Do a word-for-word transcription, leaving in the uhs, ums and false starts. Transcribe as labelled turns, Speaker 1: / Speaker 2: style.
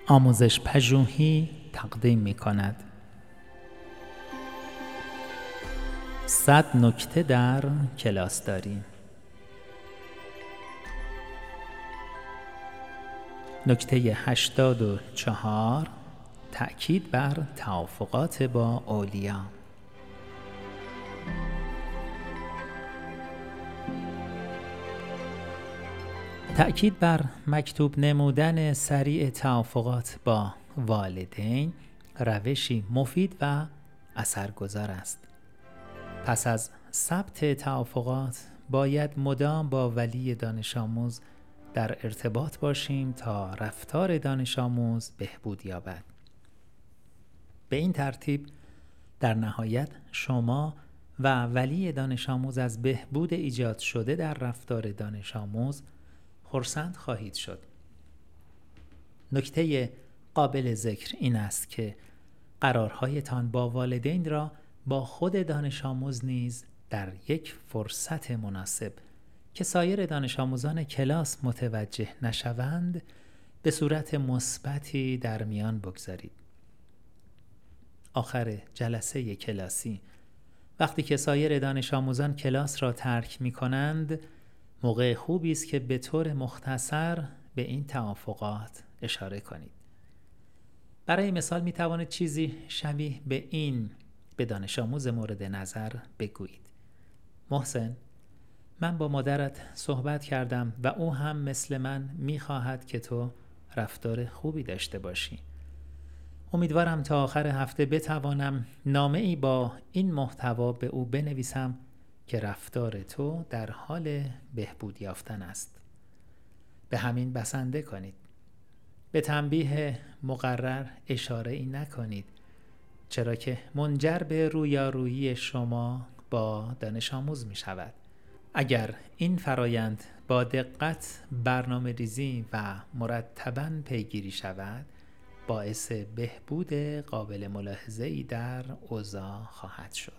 Speaker 1: آموزش پژوهی تقدیم می کند. صد نکته در کلاس داریم. نکته هشتاد و چهار، تأکید بر توافقات با اولیا. تأکید بر مکتوب نمودن سریع توافقات با والدین روشی مفید و اثرگذار است. پس از ثبت توافقات باید مدام با ولی دانش آموز در ارتباط باشیم تا رفتار دانش آموز بهبود یابد. به این ترتیب در نهایت شما و ولی دانش آموز از بهبود ایجاد شده در رفتار دانش آموز خرسند خواهید شد. نکته قابل ذکر این است که قرارهایتان با والدین را با خود دانش آموز نیز در یک فرصت مناسب که سایر دانش آموزان کلاس متوجه نشوند به صورت مثبتی در میان بگذارید. آخر جلسه کلاسی وقتی که سایر دانش آموزان کلاس را ترک می کنند، موقع خوبی است که به طور مختصر به این توافقات اشاره کنید. برای مثال می توانید چیزی شبیه به این به دانش آموز مورد نظر بگویید: محسن، من با مادرت صحبت کردم و او هم مثل من می خواهد که تو رفتار خوبی داشته باشی. امیدوارم تا آخر هفته بتوانم نامه‌ای با این محتوا به او بنویسم که رفتار تو در حال بهبود یافتن است. به همین بسنده کنید. به تنبیه مقرر اشاره ای نکنید، چرا که منجر به رویارویی شما با دانش آموز می شود. اگر این فرایند با دقت برنامه ریزی و مرتباً پیگیری شود، باعث بهبود قابل ملاحظه‌ای در اوضاع خواهد شد.